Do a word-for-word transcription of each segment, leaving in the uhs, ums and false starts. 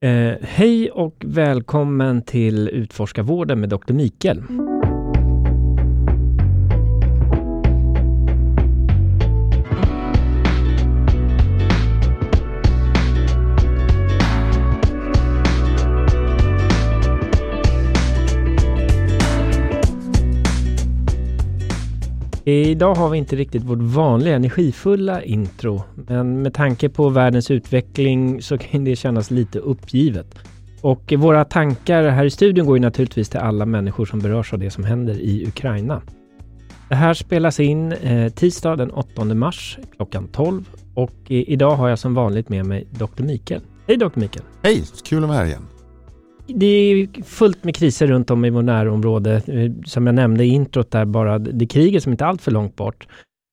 Eh, hej och välkommen till Utforskarvården med doktor Mikael. Idag har vi inte riktigt vårt vanliga energifulla intro, men med tanke på världens utveckling så kan det kännas lite uppgivet. Och våra tankar här i studion går ju naturligtvis till alla människor som berörs av det som händer i Ukraina. Det här spelas in eh, tisdag den åttonde mars klockan tolv och eh, idag har jag som vanligt med mig doktor Mikael. Hej doktor Mikael! Hej, kul att vara här igen. Det är fullt med kriser runt om i vår närområde. Som jag nämnde i introt där, bara det kriget som inte är allt för långt bort.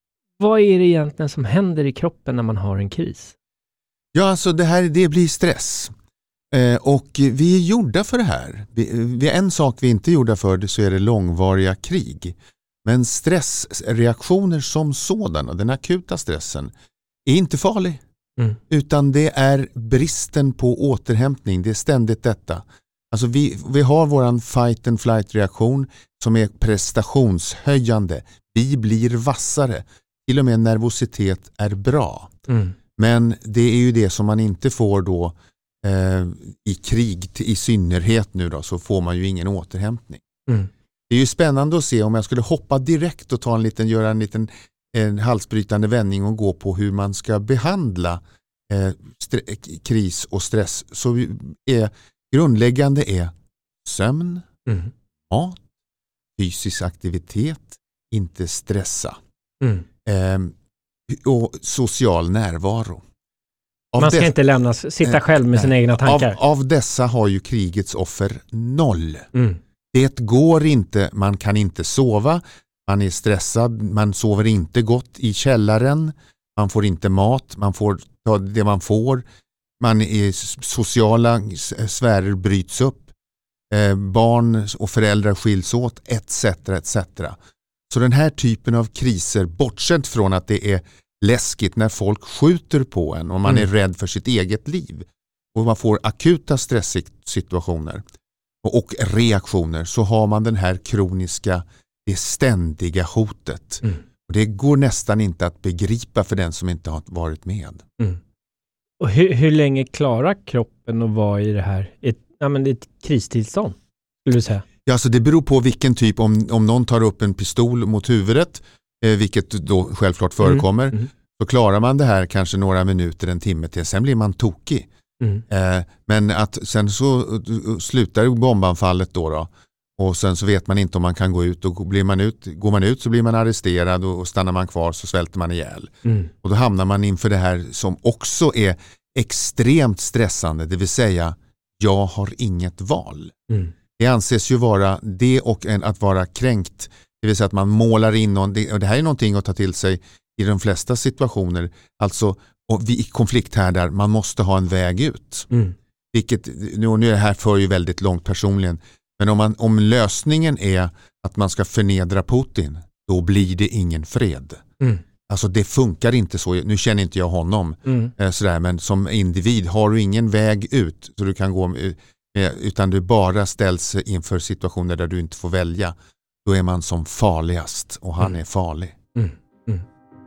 Vad är det egentligen som händer i kroppen när man har en kris? Ja, alltså det här det blir stress. Eh, och vi är gjorda för det här. Vi, vi, en sak vi inte är gjorda för det så är det långvariga krig. Men stressreaktioner som sådana, den akuta stressen, är inte farlig. Mm. Utan det är bristen på återhämtning. Det är ständigt detta. Alltså vi, vi har våran fight and flight reaktion som är prestationshöjande. Vi blir vassare. Till och med nervositet är bra. Mm. Men det är ju det som man inte får då eh, i krig i synnerhet nu då, så får man ju ingen återhämtning. Mm. Det är ju spännande att se om jag skulle hoppa direkt och ta en liten, göra en liten en halsbrytande vändning och gå på hur man ska behandla eh, st- kris och stress. Så är grundläggande är sömn, mm. mat, fysisk aktivitet, inte stressa mm. eh, och social närvaro. Av man ska dess- inte lämnas sitta själv med sina eh, egna tankar. Av, av dessa har ju krigets offer noll. Mm. Det går inte, man kan inte sova. Man är stressad, man sover inte gott i källaren, man får inte mat, man får ta det man får, man är sociala sfärer bryts upp, eh, barn och föräldrar skiljs åt, et cetera et cetera. Så den här typen av kriser, bortsett från att det är läskigt när folk skjuter på en och man mm. är rädd för sitt eget liv och man får akuta stresssituationer och, och reaktioner, så har man den här kroniska, det ständiga hotet. Mm. Och det går nästan inte att begripa för den som inte har varit med. Mm. Och hur, hur länge klarar kroppen att vara i det här? Ett, ja, men ett kristillstånd, skulle du säga? Ja, så det beror på vilken typ. Om, om någon tar upp en pistol mot huvudet, eh, vilket då självklart förekommer, mm. Mm. så klarar man det här kanske några minuter, en timme till. Sen blir man tokig. Mm. Eh, men att sen så uh, slutar bombanfallet då då. Och sen så vet man inte om man kan gå ut, och blir man ut, går man ut så blir man arresterad, och stannar man kvar så svälter man ihjäl. Mm. Och då hamnar man inför det här som också är extremt stressande, det vill säga jag har inget val. Mm. Det anses ju vara det, och en, att vara kränkt, det vill säga att man målar in någon, det, och det här är någonting att ta till sig i de flesta situationer, alltså och vi, i konflikthärdar, man måste ha en väg ut. Mm. Vilket, nu, nu är det här för ju väldigt långt personligen. Men om, man, om lösningen är att man ska förnedra Putin, då blir det ingen fred. Mm. Alltså det funkar inte så. Nu känner inte jag honom mm. eh, sådär, men som individ har du ingen väg ut så du kan gå med, utan du bara ställs inför situationer där du inte får välja. Då är man som farligast, och han mm. är farlig. Mm. Mm.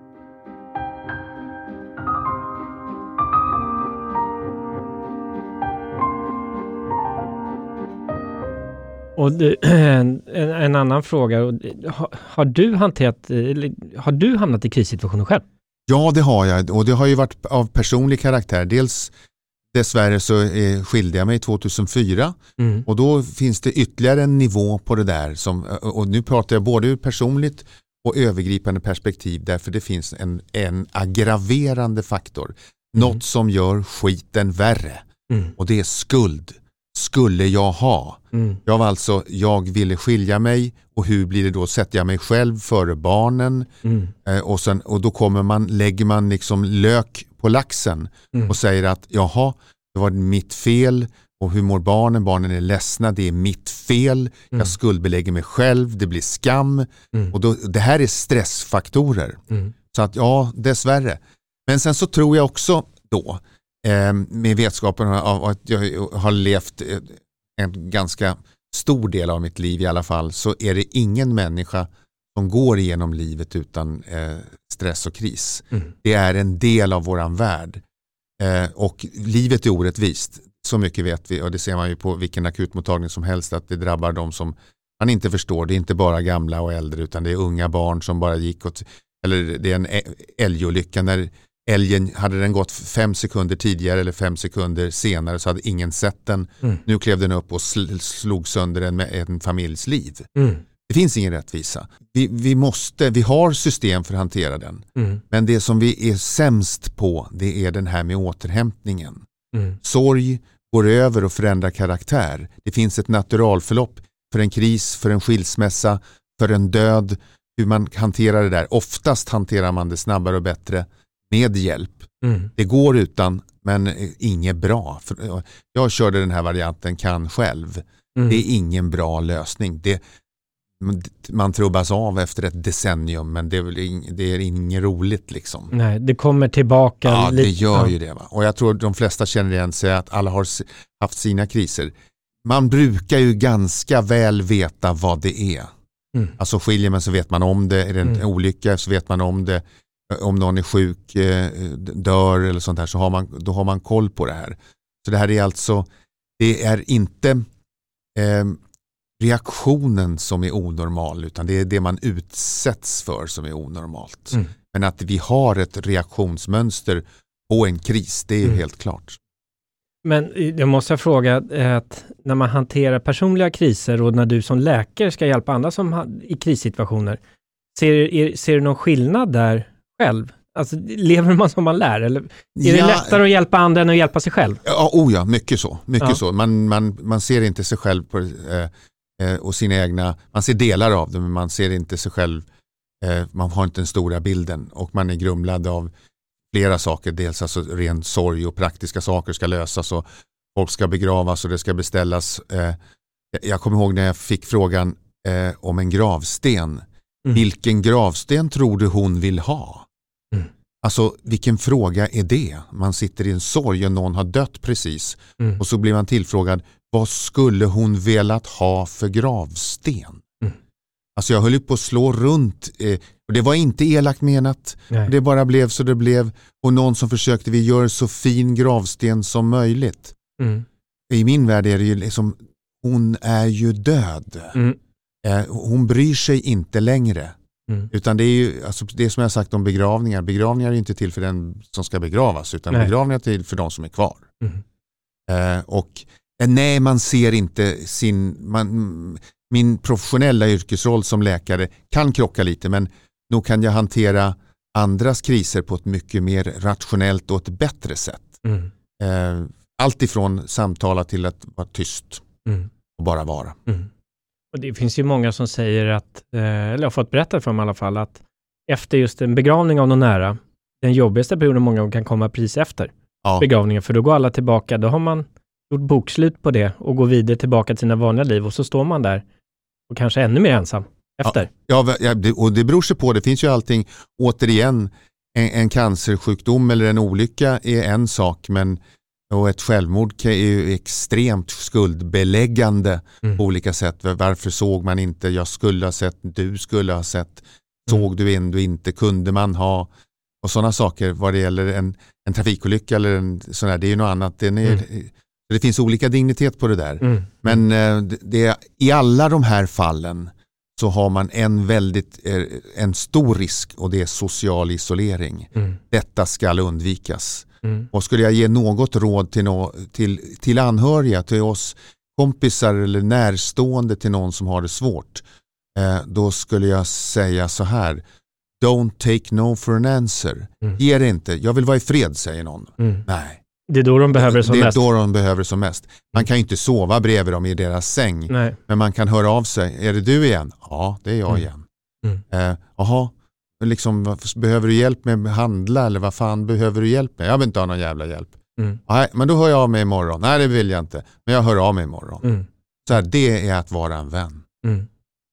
Och du, en, en annan fråga, har, har du hanterat, har du hamnat i krissituationer själv? Ja, det har jag, och det har ju varit av personlig karaktär. Dels dessvärre så eh, skilde jag mig tjugohundrafyra mm. och då finns det ytterligare en nivå på det där som, och nu pratar jag både ur personligt och övergripande perspektiv, därför det finns en, en aggraverande faktor. Mm. Något som gör skiten värre. Mm. Och det är skuld. Skulle jag ha? Mm. Jag var alltså, jag ville skilja mig, och hur blir det då? Sätter jag mig själv före barnen? Mm. Eh, och, sen, och då kommer man, lägger man liksom lök på laxen mm. och säger att jaha, det var mitt fel, och hur mår barnen? Barnen är ledsna, det är mitt fel. Mm. Jag skuldbelägger mig själv, det blir skam. Mm. Och då, det här är stressfaktorer. Mm. Så att ja, dessvärre. Men sen så tror jag också då eh, med vetskapen av att jag har levt en ganska stor del av mitt liv i alla fall, så är det ingen människa som går igenom livet utan eh, stress och kris. Mm. Det är en del av våran värld. Eh, och livet är orättvist. Så mycket vet vi, och det ser man ju på vilken akutmottagning som helst, att det drabbar de som man inte förstår. Det är inte bara gamla och äldre, utan det är unga barn som bara gick åt, eller det är en älgolycka när älgen, hade den gått fem sekunder tidigare eller fem sekunder senare så hade ingen sett den. Mm. Nu klev den upp och sl- slog sönder en, en familjs liv. Mm. Det finns ingen rättvisa. Vi, vi, måste, vi har system för att hantera den. Mm. Men det som vi är sämst på, det är den här med återhämtningen. Mm. Sorg går över och förändrar karaktär. Det finns ett naturalförlopp för en kris, för en skilsmässa, för en död. Hur man hanterar det där. Oftast hanterar man det snabbare och bättre med hjälp. Mm. Det går utan, men inget bra. Jag körde den här varianten kan själv. Mm. Det är ingen bra lösning. Det, man trubbas av efter ett decennium, men det är, ing, det är inget roligt liksom. Nej, det kommer tillbaka. Ja, lite. det gör ju det. Va? Och jag tror de flesta känner igen sig att alla har haft sina kriser. Man brukar ju ganska väl veta vad det är. Mm. Alltså skiljer man så vet man om det. Är det en mm. olycka så vet man om det. Om någon är sjuk, dör eller sånt här, så har man, då har man koll på det här. Så det här är alltså, det är inte eh, reaktionen som är onormal, utan det är det man utsätts för som är onormalt. Mm. Men att vi har ett reaktionsmönster på en kris, det är mm. helt klart. Men jag måste fråga, att när man hanterar personliga kriser och när du som läkare ska hjälpa andra som i krissituationer, ser, är, ser du någon skillnad där själv? Alltså, lever man som man lär? Eller är ja, det lättare att hjälpa andra än att hjälpa sig själv? Ja, oh ja mycket så. Mycket ja. så. Man, man, man ser inte sig själv på, eh, eh, och sina egna, man ser delar av det, men man ser inte sig själv, eh, man har inte den stora bilden, och man är grumlad av flera saker. Dels alltså ren sorg och praktiska saker ska lösas och folk ska begravas och det ska beställas. Eh, jag kommer ihåg när jag fick frågan eh, om en gravsten. Mm. Vilken gravsten tror du hon vill ha? Mm. Alltså vilken fråga är det? Man sitter i en sorg och någon har dött precis. Mm. Och så blir man tillfrågad, vad skulle hon velat ha för gravsten? Mm. Alltså jag höll på att slå runt. Eh, och det var inte elakt menat. Det bara blev så det blev. Och någon som försökte, vi gör så fin gravsten som möjligt. Mm. I min värld är det ju liksom, hon är ju död. Mm. Hon bryr sig inte längre. Mm. Utan det är ju, alltså det som jag har sagt om begravningar. Begravningar är inte till för den som ska begravas, utan nej. Begravningar är till för de som är kvar. Mm. Eh, och eh, nej, man ser inte sin... Man, min professionella yrkesroll som läkare kan krocka lite, men nog kan jag hantera andras kriser på ett mycket mer rationellt och ett bättre sätt. Mm. Eh, allt ifrån samtala till att vara tyst mm. och bara vara. Mm. Och det finns ju många som säger att, eller jag har fått berätta för dem i alla fall, att efter just en begravning av någon nära, den jobbigaste perioden många gånger kan komma precis efter ja. begravningen, för då går alla tillbaka, då har man gjort bokslut på det och går vidare tillbaka till sina vanliga liv, och så står man där och kanske ännu mer ensam efter. Ja, ja och det beror sig på, det finns ju allting, återigen, en, en cancersjukdom eller en olycka är en sak, men och ett självmord är ju extremt skuldbeläggande mm. på olika sätt. Varför såg man inte? Jag skulle ha sett, du skulle ha sett. Såg mm. du in, du inte, kunde man ha? Och sådana saker vad det gäller en, en trafikolycka eller en sån här, det är ju något annat. Det, är, mm. det finns olika dignitet på det där. Mm. Men det, det, i alla de här fallen så har man en väldigt en stor risk, och det är social isolering. Mm. Detta ska undvikas. Mm. Och skulle jag ge något råd till, no, till, till anhöriga, till oss kompisar eller närstående till någon som har det svårt, eh, då skulle jag säga så här: don't take no for an answer. Mm. Ge det inte. Jag vill vara i fred, säger någon. Mm. Nej. Det är då de behöver det som mest. Det är då de behöver det som mest. Man kan ju inte sova bredvid dem i deras säng. Nej. Men man kan höra av sig. Är det du igen? Ja, det är jag mm. igen. Mm. Jaha. Eh, Liksom, behöver du hjälp med att handla, eller vad fan behöver du hjälp med? Jag vill inte ha någon jävla hjälp. Mm. Nej, men då hör jag av mig imorgon. Nej, det vill jag inte. Men jag hör av mig imorgon. Mm. Så här, det är att vara en vän. Mm.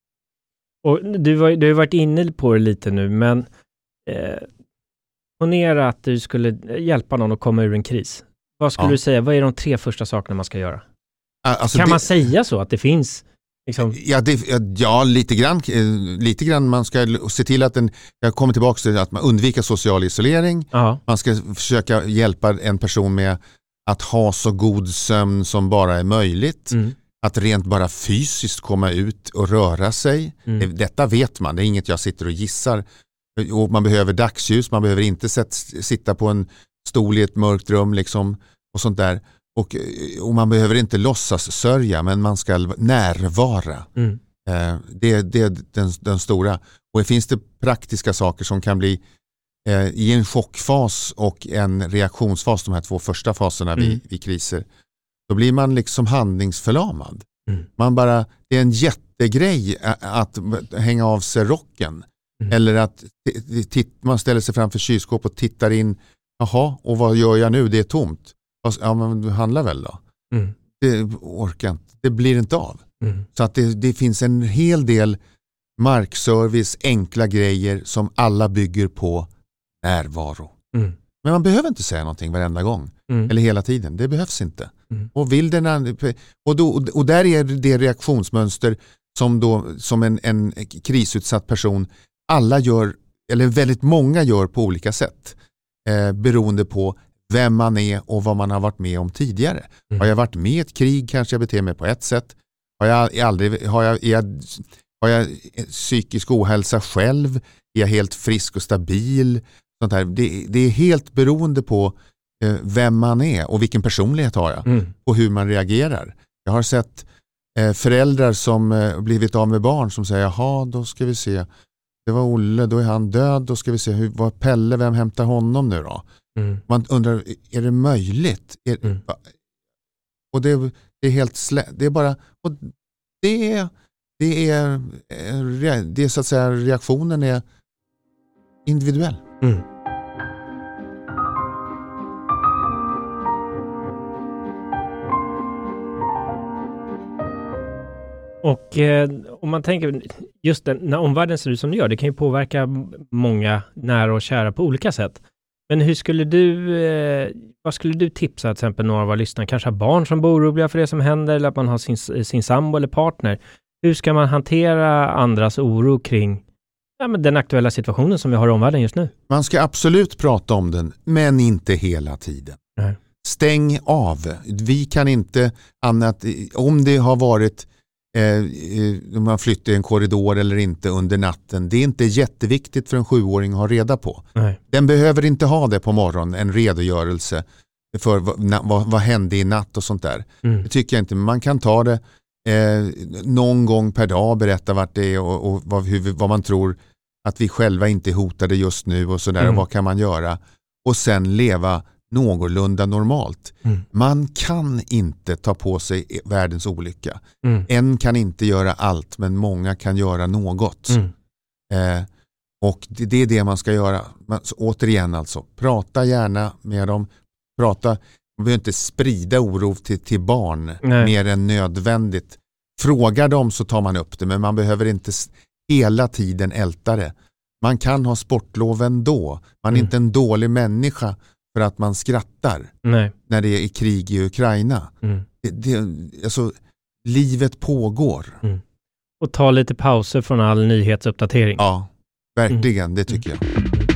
Och du, var, du har varit inne på det lite nu, men eh, ponera att du skulle hjälpa någon att komma ur en kris. vad skulle ja. du säga, vad är de tre första sakerna man ska göra? Alltså kan det, man säga så att det finns liksom... ja, det, ja, lite grann lite grann man ska se till att den, jag kommer tillbaka till att man undviker social isolering. Ja. Man ska försöka hjälpa en person med att ha så god sömn som bara är möjligt. Mm. Att rent bara fysiskt komma ut och röra sig. Mm. Detta vet man, det är inget jag sitter och gissar. Och man behöver dagsljus, man behöver inte sätt, sitta på en stol i ett mörkt rum liksom, och sånt där. Och, och man behöver inte låtsas sörja, men man ska närvara. Mm. Eh, det, det är den, den stora. Och det finns det praktiska saker som kan bli eh, i en chockfas och en reaktionsfas, de här två första faserna mm. vid, vid kriser. Då blir man liksom handlingsförlamad. Mm. Man bara, det är en jättegrej att, att hänga av sig rocken. Mm. Eller att t- t- man ställer sig framför kylskåp och tittar in. Jaha, och vad gör jag nu? Det är tomt. Ja, men du handlar väl då? Mm. Det orkar inte. Det blir inte av. Mm. Så att det, det finns en hel del markservice, enkla grejer som alla bygger på närvaro. Mm. Men man behöver inte säga någonting varenda gång. Mm. Eller hela tiden. Det behövs inte. Mm. Och, vill den, och, då, och där är det reaktionsmönster som, då, som en, en krisutsatt person alla gör, eller väldigt många gör på olika sätt. Eh, beroende på vem man är och vad man har varit med om tidigare. Mm. Har jag varit med i ett krig kanske jag beter mig på ett sätt. Har jag aldrig, har jag, är jag, har jag psykisk ohälsa själv? Är jag helt frisk och stabil? Sånt här. Det, det är helt beroende på eh, vem man är och vilken personlighet har jag mm. och hur man reagerar. Jag har sett eh, föräldrar som eh, blivit av med barn som säger, jaha, då ska vi se. Det var Olle, då är han död. Då ska vi se, hur var Pelle, vem hämtar honom nu då? Mm. Man undrar, är det möjligt? Är, mm. Och det, det är helt slä, det är bara, och det är, det är, det är så att säga, reaktionen är individuell. Mm. Och eh, om man tänker just den, när omvärlden ser ut som det gör, det kan ju påverka många nära och kära på olika sätt. Men hur skulle du, eh, vad skulle du tipsa till exempel några av våra lyssnare, kanske har barn som bor oroliga för det som händer eller att man har sin, sin sambo eller partner. Hur ska man hantera andras oro kring ja, men den aktuella situationen som vi har i omvärlden just nu? Man ska absolut prata om den, men inte hela tiden. Nej. Stäng av. Vi kan inte annat, om det har varit om man flyttar i en korridor eller inte under natten. Det är inte jätteviktigt för en sjuåring att ha reda på. Nej. Den behöver inte ha det på morgonen, en redogörelse för vad, na, vad, vad hände i natt och sånt där. Mm. Det tycker jag inte. Man kan ta det eh, någon gång per dag, berätta vart det är och, och vad, hur, vad man tror att vi själva inte hotade just nu och sådär. Mm. Och vad kan man göra? Och sen leva någorlunda normalt. Mm. Man kan inte ta på sig världens olycka. Mm. En kan inte göra allt, men många kan göra något. Mm. Eh, och det, det är det man ska göra. Man, så, återigen alltså, prata gärna med dem. Prata, man behöver inte sprida oro till, till barn. Nej. Mer än nödvändigt. Frågar dem så tar man upp det, men man behöver inte hela tiden älta det. Man kan ha sportlov ändå. Man är mm. inte en dålig människa för att man skrattar. Nej. När det är krig i Ukraina. Mm. Det, det, alltså, livet pågår. Mm. Och ta lite pauser från all nyhetsuppdatering. Ja, verkligen. Mm. Det tycker jag.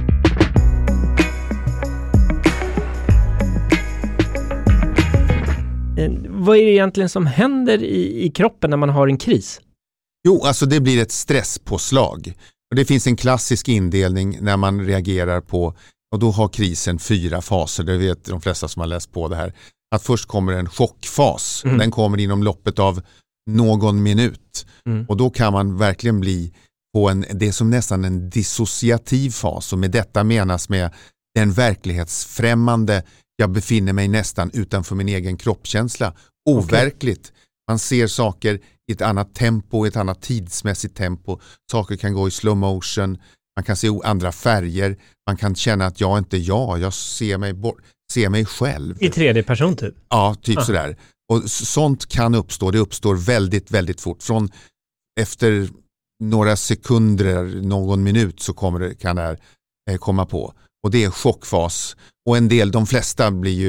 Vad är det egentligen som händer i, i kroppen när man har en kris? Jo, alltså det blir ett stresspåslag. Och det finns en klassisk indelning när man reagerar på, och då har krisen fyra faser. Det vet de flesta som har läst på det här. Att först kommer en chockfas. Mm. Den kommer inom loppet av någon minut. Mm. Och då kan man verkligen bli på en, det är som nästan en dissociativ fas. Och med detta menas med den verklighetsfrämmande, jag befinner mig nästan utanför min egen kroppskänsla. Overkligt. Okay. Man ser saker i ett annat tempo, i ett annat tidsmässigt tempo. Saker kan gå i slow motion. Man kan se andra färger. Man kan känna att jag inte är jag. Jag ser mig, bort, ser mig själv. I tredje person typ? Ja, typ ah. sådär. Och sånt kan uppstå. Det uppstår väldigt, väldigt fort. Från efter några sekunder, någon minut så kommer det, kan det här eh, komma på. Och det är chockfas. Och en del, de flesta blir ju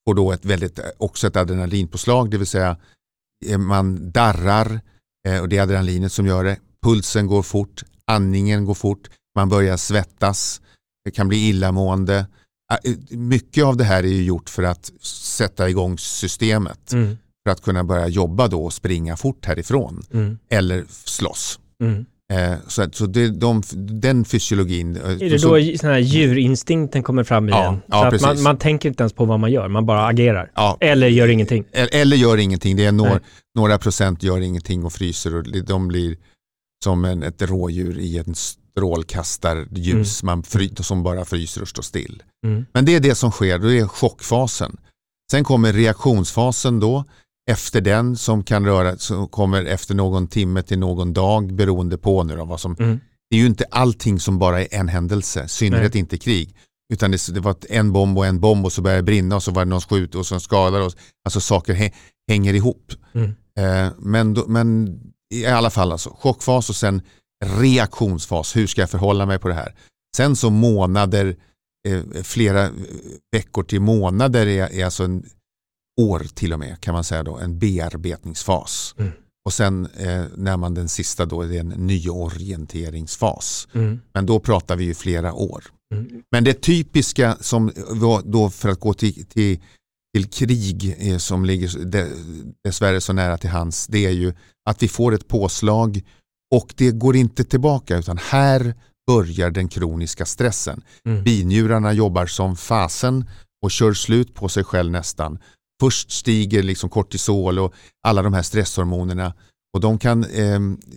får då ett väldigt, också ett adrenalinpåslag, det vill säga man darrar och det är adrenalinet som gör det. Pulsen går fort, andningen går fort, man börjar svettas, det kan bli illamående. Mycket av det här är ju gjort för att sätta igång systemet. Mm. För att kunna börja jobba då och springa fort härifrån. Mm. Eller slåss. Mm. Eh, så så det, de, den fysiologin... Är det så, då sån här djurinstinkten kommer fram igen? Ja, ja, så att man, man tänker inte ens på vad man gör, man bara agerar. Ja. Eller gör ingenting. Eller, eller gör ingenting. Det är några, några procent gör ingenting och fryser. Och de blir som en, ett rådjur i en strålkastarljus. Mm. Man fry, som bara fryser och står still. Mm. Men det är det som sker, det är chockfasen. Sen kommer reaktionsfasen då. Efter den som kan röra, som kommer efter någon timme till någon dag beroende på nu då, vad som, mm. det är ju inte allting som bara är en händelse, synnerhet inte krig, utan det, det var en bomb och en bomb och så började det brinna och så var det någon skjut och så skadar oss, alltså saker hä, hänger ihop. Mm. Eh, men, då, men i alla fall alltså, chockfas och sen reaktionsfas, hur ska jag förhålla mig på det här? Sen så månader, eh, flera veckor till månader är, är alltså en år till och med kan man säga då, en bearbetningsfas. Mm. Och sen eh, när man den sista då är det en nyorienteringsfas. Mm. Men då pratar vi ju flera år. Mm. Men det typiska som då för att gå till, till, till krig eh, som ligger dessvärre så nära till hands, det är ju att vi får ett påslag och det går inte tillbaka utan här börjar den kroniska stressen. Mm. Binjurarna jobbar som fasen och kör slut på sig själv nästan. Först stiger liksom kortisol och alla de här stresshormonerna och de kan eh,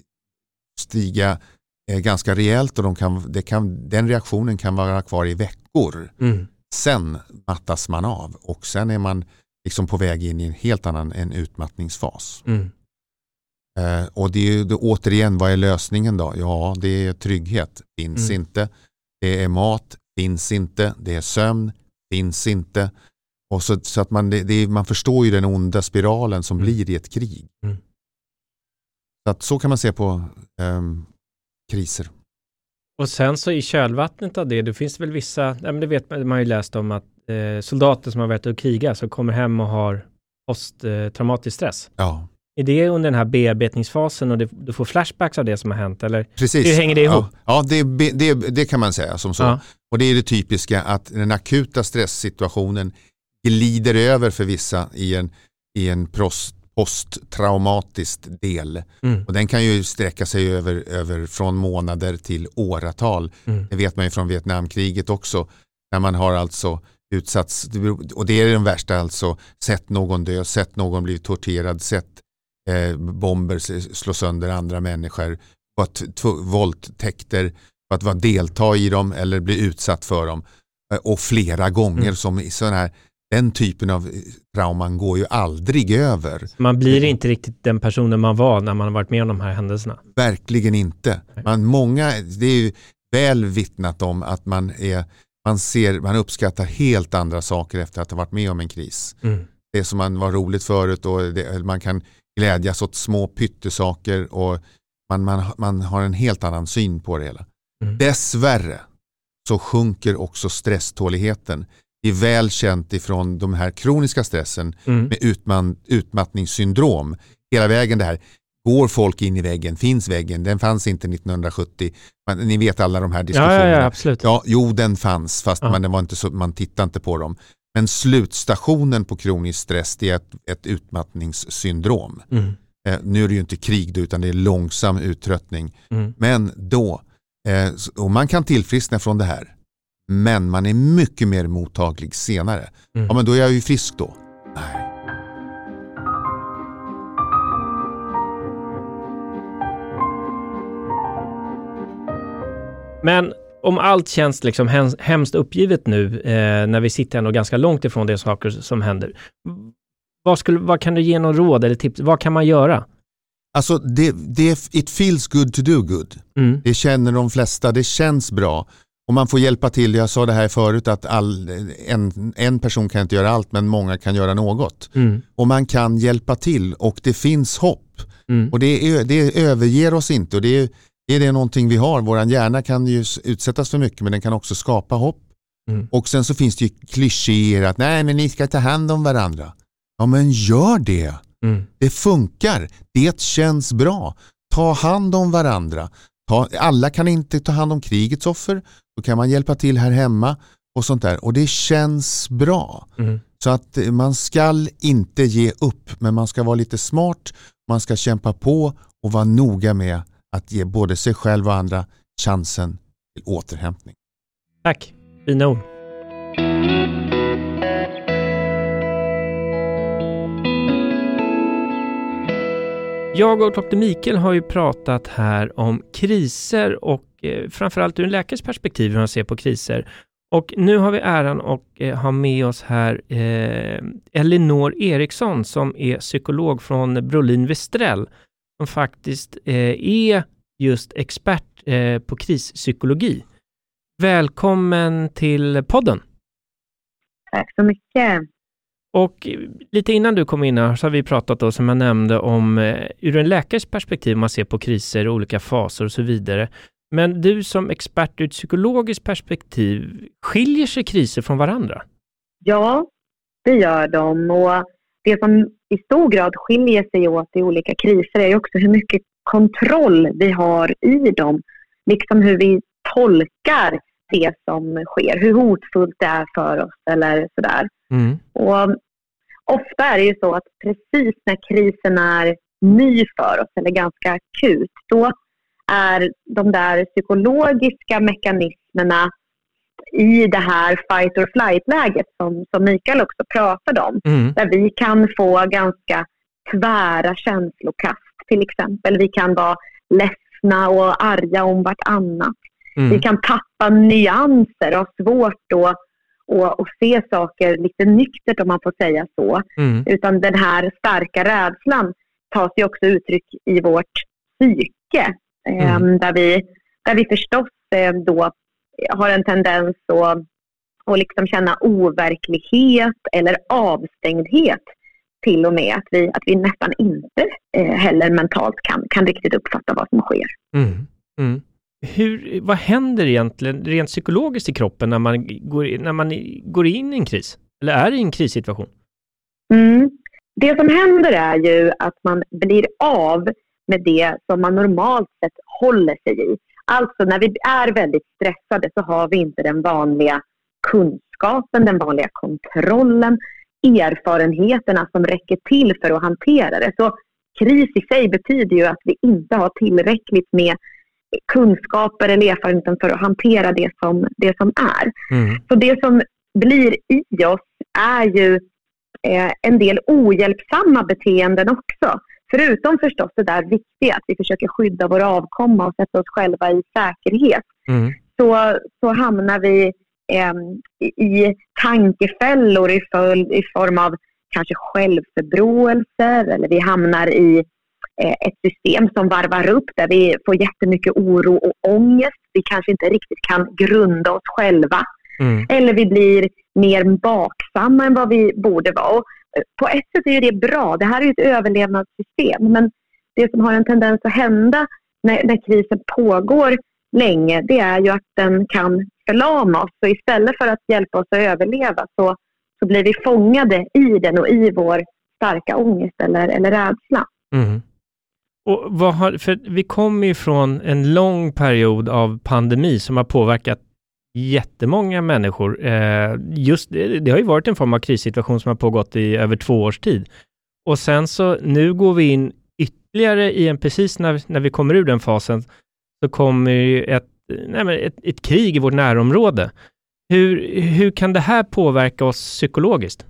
stiga eh, ganska rejält och de kan, det kan, den reaktionen kan vara kvar i veckor. Mm. Sen mattas man av och sen är man liksom på väg in i en helt annan en utmattningsfas. Mm. Eh, och det är ju det, återigen, vad är lösningen då? Ja, det är trygghet, finns mm. inte. Det är mat, finns inte. Det är sömn, finns inte. Och så, så att man, det, det, man förstår ju den onda spiralen som mm. blir i ett krig. Mm. Så, att, så kan man se på um, kriser. Och sen så i kölvattnet av det, det finns väl vissa, ja, men det vet man, man har ju läst om att eh, soldater som har varit och kriga så kommer hem och har posttraumatisk stress. Ja. Är det under den här bearbetningsfasen och det, du får flashbacks av det som har hänt? Eller precis. Hur hänger det ihop? Ja, ja det, det, det kan man säga som så. Ja. Och det är det typiska att den akuta stresssituationen glider över för vissa i en, i en post, posttraumatisk del. Mm. Och den kan ju sträcka sig över, över från månader till åratal. Mm. Det vet man ju från Vietnamkriget också. När man har alltså utsatts, och det är den värsta alltså, sett någon dö, sett någon bli torterad, sett eh, bomber slå sönder andra människor, att t- våldtäkter, att vara delta i dem eller bli utsatt för dem. Eh, och flera gånger mm. som i sån här, den typen av trauman går ju aldrig över. Man blir inte riktigt den personen man var när man har varit med om de här händelserna. Verkligen inte. Man, många, det är ju väl vittnat om att man är Man ser, man uppskattar helt andra saker efter att ha varit med om en kris. Mm. Det som man var roligt förut och det, man kan glädjas åt små pyttesaker och man, man, man har en helt annan syn på det hela. Mm. Dessvärre så sjunker också stresståligheten. Det är väl känt ifrån de här kroniska stressen mm. med utman, utmattningssyndrom. Hela vägen det här. Går folk in i väggen? Finns väggen? Den fanns inte nittonhundrasjuttio. Man, ni vet alla de här diskussionerna. Ja, ja, ja, absolut. Ja, jo, den fanns fast ja. man, den var inte så, man tittade inte på dem. Men slutstationen på kronisk stress det är ett, ett utmattningssyndrom. Mm. Eh, nu är det ju inte krig utan det är långsam uttröttning. Mm. Men då, eh, och man kan tillfriskna från det här. Men man är mycket mer mottaglig senare. Mm. Ja, men då är jag ju frisk då. Nej. Men om allt känns liksom hems- hemskt uppgivet nu eh, när vi sitter ändå ganska långt ifrån de saker som händer. Vad, skulle, vad kan du ge någon råd eller tips? Vad kan man göra? Alltså, det, det, it feels good to do good. Mm. Det känner de flesta. Det känns bra. Och man får hjälpa till. Jag sa det här förut att all, en, en person kan inte göra allt men många kan göra något. Mm. Och man kan hjälpa till och det finns hopp. Mm. Och det, det överger oss inte och det är Är det någonting vi har? Våran hjärna kan ju utsättas för mycket men den kan också skapa hopp. Mm. Och sen så finns det ju klichéer att nej men ni ska ta hand om varandra. Ja men gör det. Mm. Det funkar. Det känns bra. Ta hand om varandra. Ta, alla kan inte ta hand om krigets offer. Då kan man hjälpa till här hemma och sånt där. Och det känns bra. Mm. Så att man ska inte ge upp, men man ska vara lite smart. Man ska kämpa på och vara noga med att ge både sig själv och andra chansen till återhämtning. Tack, fina ord. Jag och doktor Mikael har ju pratat här om kriser och eh, framförallt ur en läkares perspektiv hur man ser på kriser. Och nu har vi äran att eh, ha med oss här eh, Elinor Eriksson som är psykolog från Brolin Westrell som faktiskt eh, är just expert eh, på krispsykologi. Välkommen till podden. Tack så mycket. Och lite innan du kom in här så har vi pratat då, som jag nämnde om eh, ur en läkares perspektiv man ser på kriser, olika faser och så vidare. Men du som expert ur ett psykologiskt perspektiv, skiljer sig kriser från varandra? Ja, det gör de. Och det som i stor grad skiljer sig åt i olika kriser är också hur mycket kontroll vi har i dem. Liksom hur vi tolkar det som sker, hur hotfullt det är för oss eller sådär. Mm. Och ofta är det ju så att precis när krisen är ny för oss eller ganska akut, då är de där psykologiska mekanismerna i det här fight or flight-läget som, som Mikael också pratade om. Mm. Där vi kan få ganska tvära känslokast till exempel. Vi kan vara ledsna och arga om vartannat. Mm. Vi kan tappa nyanser och ha svårt då och, och se saker lite nyktert om man får säga så. Mm. Utan den här starka rädslan tar sig också uttryck i vårt psyke. Mm. Eh, där, vi, där vi förstås eh, då har en tendens att, att liksom känna overklighet eller avstängdhet till och med. Att vi, att vi nästan inte eh, heller mentalt kan, kan riktigt uppfatta vad som sker. Mm. Mm. Hur, vad händer egentligen rent psykologiskt i kroppen när man går, när man går in i en kris? Eller är i en krissituation? Mm. Det som händer är ju att man blir av med det som man normalt sett håller sig i. Alltså när vi är väldigt stressade så har vi inte den vanliga kunskapen, den vanliga kontrollen, erfarenheterna som räcker till för att hantera det. Så kris i sig betyder ju att vi inte har tillräckligt med kunskaper eller erfarenheten för att hantera det som, det som är. Mm. Så det som blir i oss är ju eh, en del ohjälpsamma beteenden också. Förutom förstås det där viktiga att vi försöker skydda vår avkomma och sätta oss själva i säkerhet. Mm. Så, så hamnar vi eh, i tankefällor i, för, i form av kanske självförbråelser, eller vi hamnar i eh, ett system som varvar upp där vi får jättemycket oro och ångest. Vi kanske inte riktigt kan grunda oss själva. Mm. Eller vi blir mer baksamma än vad vi borde vara. Och på ett sätt är det bra. Det här är ju ett överlevnadssystem. Men det som har en tendens att hända när, när krisen pågår länge, det är ju att den kan förlama oss. Så istället för att hjälpa oss att överleva så, så blir vi fångade i den och i vår starka ångest eller, eller rädsla. Mm. Och vad har, för vi kommer ju från en lång period av pandemi som har påverkat jättemånga människor. Eh, just det, det har ju varit en form av krissituation som har pågått i över två års tid. Och sen så nu går vi in ytterligare i en, precis när, när vi kommer ur den fasen så kommer ju ett, nej men ett, ett krig i vårt närområde. Hur, hur kan det här påverka oss psykologiskt?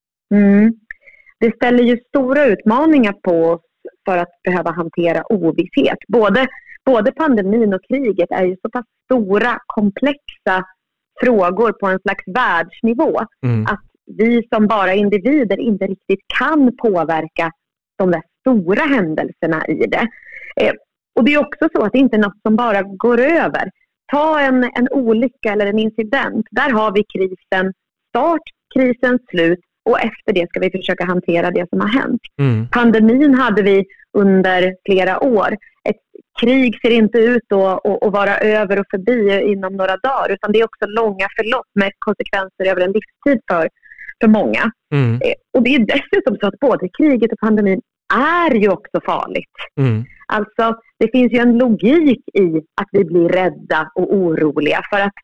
Mm. Det ställer ju stora utmaningar på oss för att behöva hantera ovisshet. Både Både pandemin och kriget är ju så pass stora, komplexa frågor på en slags världsnivå. Mm. Att vi som bara individer inte riktigt kan påverka de där stora händelserna i det. Eh, och det är också så att det inte är något som bara går över. Ta en, en olycka eller en incident. Där har vi krisen start, krisens slut. Och efter det ska vi försöka hantera det som har hänt. Mm. Pandemin hade vi under flera år. Ett krig ser inte ut att, att vara över och förbi inom några dagar, utan det är också långa förlopp med konsekvenser över en livstid för, för många. Mm. Och det är dessutom så att både kriget och pandemin är ju också farligt. Mm. Alltså det finns ju en logik i att vi blir rädda och oroliga för att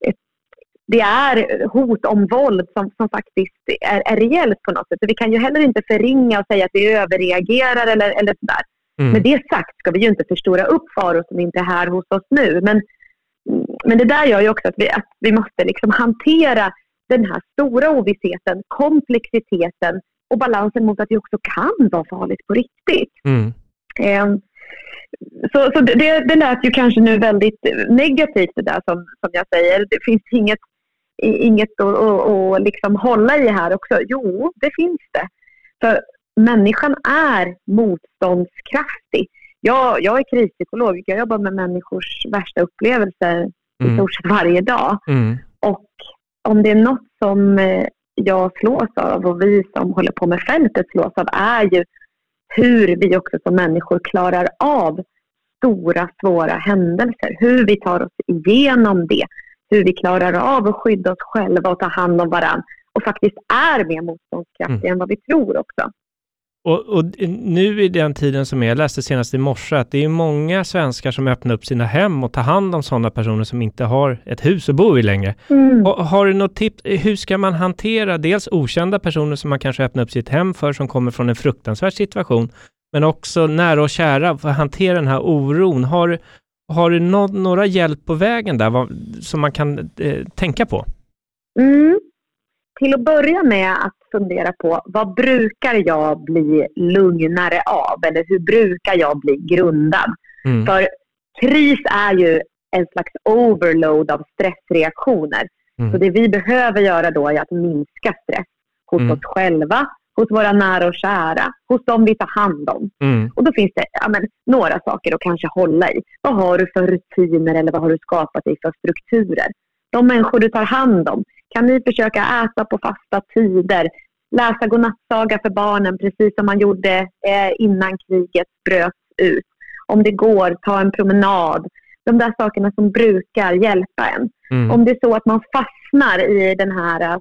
det är hot om våld som, som faktiskt är, är reellt på något sätt. Så vi kan ju heller inte förringa och säga att vi överreagerar eller, eller sådär. Mm. Med det sagt ska vi ju inte förstora upp faror som inte är här hos oss nu. Men, men det där gör ju också att vi, att vi måste liksom hantera den här stora ovissheten, komplexiteten och balansen mot att det också kan vara farligt på riktigt. Mm. Um, så så det, det lät ju kanske nu väldigt negativt det där som, som jag säger. Det finns inget, inget att, att, att liksom hålla i här också. Jo, det finns det. För människan är motståndskraftig. Jag, jag är krispsykolog. Jag jobbar med människors värsta upplevelser mm. i stort sett varje dag. Mm. Och om det är något som jag slås av och vi som håller på med fältet slås av är ju hur vi också som människor klarar av stora, svåra händelser. Hur vi tar oss igenom det. Hur vi klarar av att skydda oss själva och ta hand om varandra. Och faktiskt är mer motståndskraftiga mm. än vad vi tror också. Och, och nu i den tiden som jag läste senast i morse att det är många svenskar som öppnar upp sina hem och tar hand om sådana personer som inte har ett hus att bo i längre. Mm. Och, har du något tips? Hur ska man hantera dels okända personer som man kanske öppnar upp sitt hem för som kommer från en fruktansvärd situation, men också nära och kära för att hantera den här oron? Har, har du nå, några hjälp på vägen där vad, som man kan eh, tänka på? Mm. Till att börja med att fundera på vad brukar jag bli lugnare av eller hur brukar jag bli grundad? Mm. För kris är ju en slags overload av stressreaktioner. Mm. Så det vi behöver göra då är att minska stress hos mm. oss själva, hos våra nära och kära, hos dem vi tar hand om. Mm. Och då finns det ja, men, några saker att kanske hålla i. Vad har du för rutiner eller vad har du skapat dig för strukturer? De människor du tar hand om, kan ni försöka äta på fasta tider, läsa godnattsaga för barnen precis som man gjorde eh, innan kriget bröt ut. Om det går, ta en promenad. De där sakerna som brukar hjälpa en. Mm. Om det är så att man fastnar i den här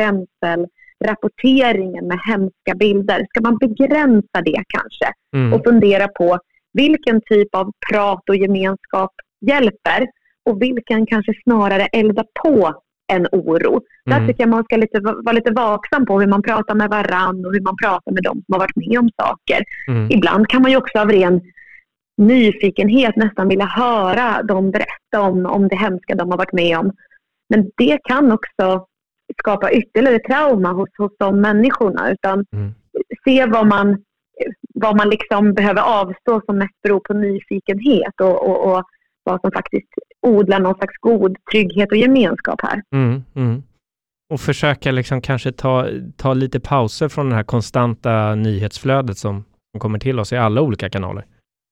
skrämselrapporteringen med hemska bilder, ska man begränsa det kanske mm. och fundera på vilken typ av prat och gemenskap hjälper och vilken kanske snarare eldar på en oro. Mm. Där tycker jag man ska lite, vara lite vaksam på hur man pratar med varann och hur man pratar med dem som har varit med om saker. Mm. Ibland kan man ju också av ren nyfikenhet nästan vilja höra dem berätta om, om det hemska de har varit med om. Men det kan också skapa ytterligare trauma hos, hos de människorna. Utan mm. se vad man, vad man liksom behöver avstå som mest beror på nyfikenhet och, och, och vad som faktiskt odlar någon slags god trygghet och gemenskap här. Mm, mm. Och försöka liksom kanske ta, ta lite pauser från det här konstanta nyhetsflödet som, som kommer till oss i alla olika kanaler.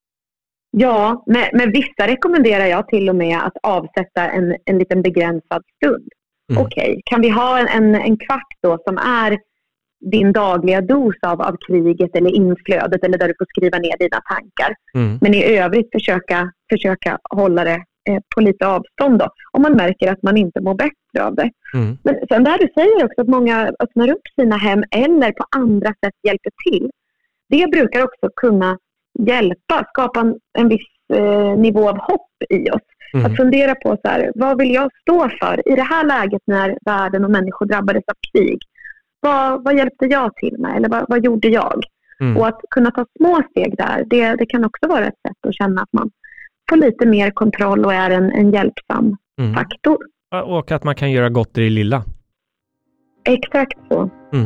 Ja, med, med vissa rekommenderar jag till och med att avsätta en, en liten begränsad stund. Mm. Okej, okay, kan vi ha en, en, en kvart då som är din dagliga dos av, av kriget eller inflödet eller där du får skriva ner dina tankar. Mm. Men i övrigt försöka, försöka hålla det eh, på lite avstånd då. Om man märker att man inte mår bättre av det. Mm. Men sen där du säger också att många öppnar upp sina hem eller på andra sätt hjälper till. Det brukar också kunna hjälpa, skapa en, en viss eh, nivå av hopp i oss. Mm. Att fundera på så här, vad vill jag stå för i det här läget när världen och människor drabbades av krig? Vad, vad hjälpte jag till med? Eller vad, vad gjorde jag? Mm. Och att kunna ta små steg där, det, det kan också vara ett sätt att känna att man får lite mer kontroll och är en, en hjälpsam mm. faktor. Och att man kan göra gott i det lilla. Exakt så. Mm.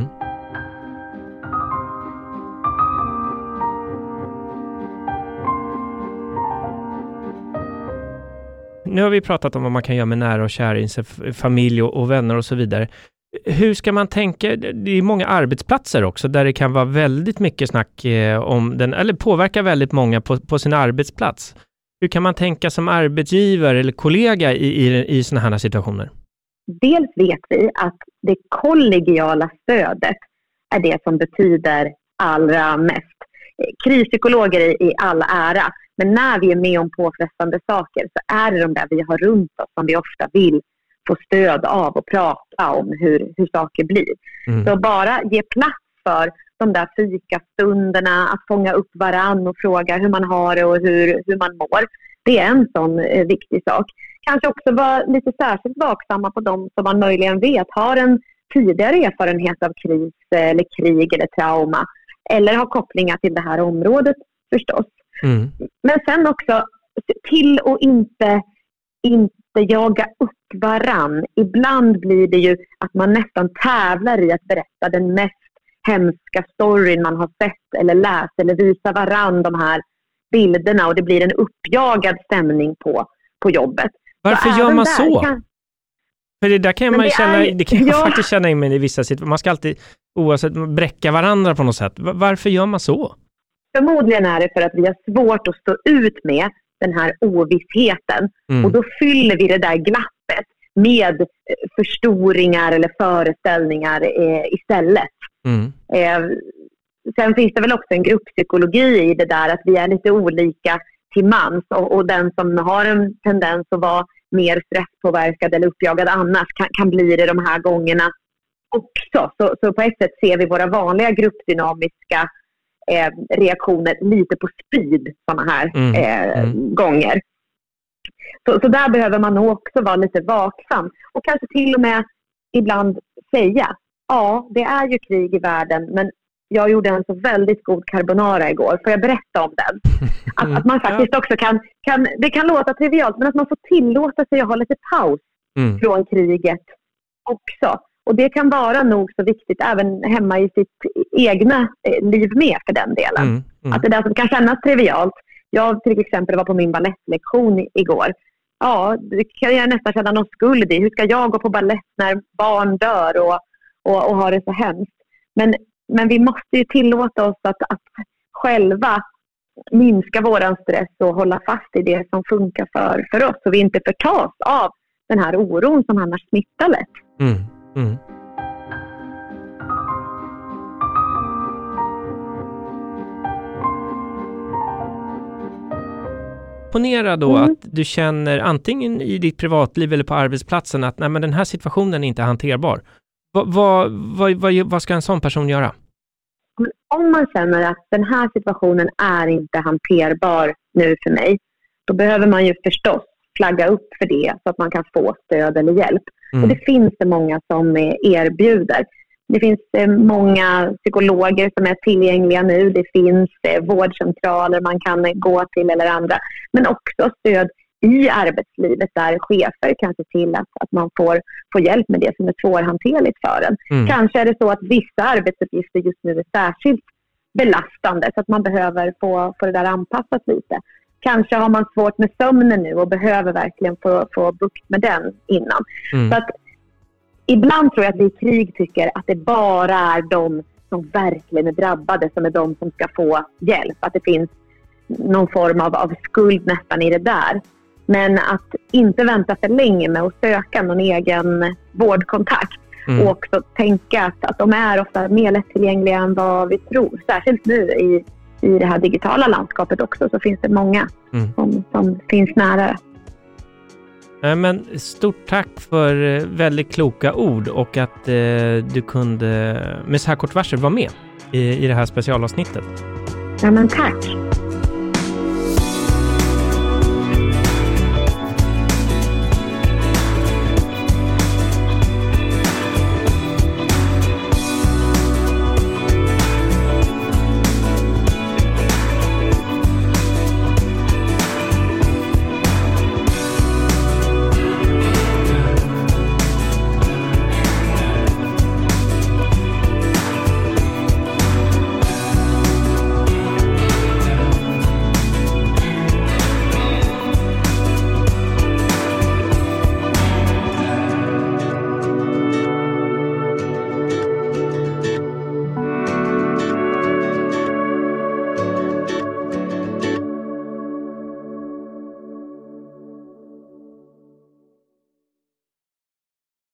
Nu har vi pratat om vad man kan göra med nära och kära i sin familj och, och vänner och så vidare. Hur ska man tänka? Det är många arbetsplatser också där det kan vara väldigt mycket snack om den, eller påverka väldigt många på, på sin arbetsplats. Hur kan man tänka som arbetsgivare eller kollega i, i, i sådana här situationer? Dels vet vi att det kollegiala stödet är det som betyder allra mest. krispsykologer i, i all ära, men när vi är med om påfrestande saker så är det de där vi har runt oss som vi ofta vill få stöd av och prata om hur, hur saker blir. Mm. Så bara ge plats för de där fikastunderna, att fånga upp varann och fråga hur man har det och hur, hur man mår. Det är en sån eh, viktig sak. Kanske också vara lite särskilt vaksamma på dem som man möjligen vet har en tidigare erfarenhet av kris eller krig eller trauma. Eller har kopplingar till det här området förstås. Mm. Men sen också till och inte, inte jaga upp varann. Ibland blir det ju att man nästan tävlar i att berätta den mest hemska storyn man har sett eller läst. Eller visa varann de här bilderna och det blir en uppjagad stämning på, på jobbet. Varför så gör man så? Kan... För det där kan man det känna, är... det kan jag ja. faktiskt känna in i vissa situationer. Man ska alltid oavsett bräcka varandra på något sätt. Varför gör man så? Förmodligen är det för att vi har svårt att stå ut med den här ovissheten. Mm. Och då fyller vi det där glappet med förstoringar eller föreställningar eh, istället. Mm. Eh, sen finns det väl också en grupppsykologi i det där att vi är lite olika till mans. Och, och den som har en tendens att vara mer stresspåverkad eller uppjagad annars kan, kan bli det de här gångerna också. Så, så på ett sätt ser vi våra vanliga gruppdynamiska eh, reaktioner lite på speed sådana här mm. Eh, mm. gånger. Så, så där behöver man nog också vara lite vaksam. Och kanske till och med ibland säga, ja det är ju krig i världen men jag gjorde en så väldigt god carbonara igår. Får jag berätta om den? Att, att man faktiskt också kan, kan... Det kan låta trivialt, men att man får tillåta sig att ha lite paus mm. från kriget också. Och det kan vara nog så viktigt även hemma i sitt egna liv med för den delen. Mm. Mm. Att det där som kan kännas trivialt. Jag till exempel var på min ballettlektion igår. Ja, det kan jag nästan känna någon skuld i. Hur ska jag gå på ballett när barn dör och, och, och ha det så hemskt? Men Men vi måste ju tillåta oss att, att själva minska våran stress och hålla fast i det som funkar för, för oss. Så vi inte förtas av den här oron som annars smittar lätt. Mm, mm. Ponera då mm. att du känner antingen i ditt privatliv eller på arbetsplatsen att nej, men den här situationen är inte hanterbar. Vad, vad, vad, vad ska en sån person göra? Om man känner att den här situationen är inte hanterbar nu för mig, då behöver man ju förstås flagga upp för det så att man kan få stöd eller hjälp. Mm. Och det finns det många som erbjuder. Det finns många psykologer som är tillgängliga nu. Det finns vårdcentraler man kan gå till eller andra. Men också stöd i arbetslivet där chefer kan se till att, att man får, får hjälp med det som är svårhanterligt för en. Mm. Kanske är det så att vissa arbetsuppgifter just nu är särskilt belastande så att man behöver få, få det där anpassat lite. Kanske har man svårt med sömnen nu och behöver verkligen få, få bukt med den innan. Mm. Så att ibland tror jag att vi i krig tycker att det bara är de som verkligen är drabbade som är de som ska få hjälp. Att det finns någon form av, av skuld nästan i det där. Men att inte vänta för länge med att söka någon egen vårdkontakt. Mm. Och också tänka att, att de är ofta mer lättillgängliga än vad vi tror. Särskilt nu i, i det här digitala landskapet också så finns det många mm. som, som finns nära. Men stort tack för väldigt kloka ord och att eh, du kunde med så här kort varsel vara med i, i det här specialavsnittet. Ja men tack.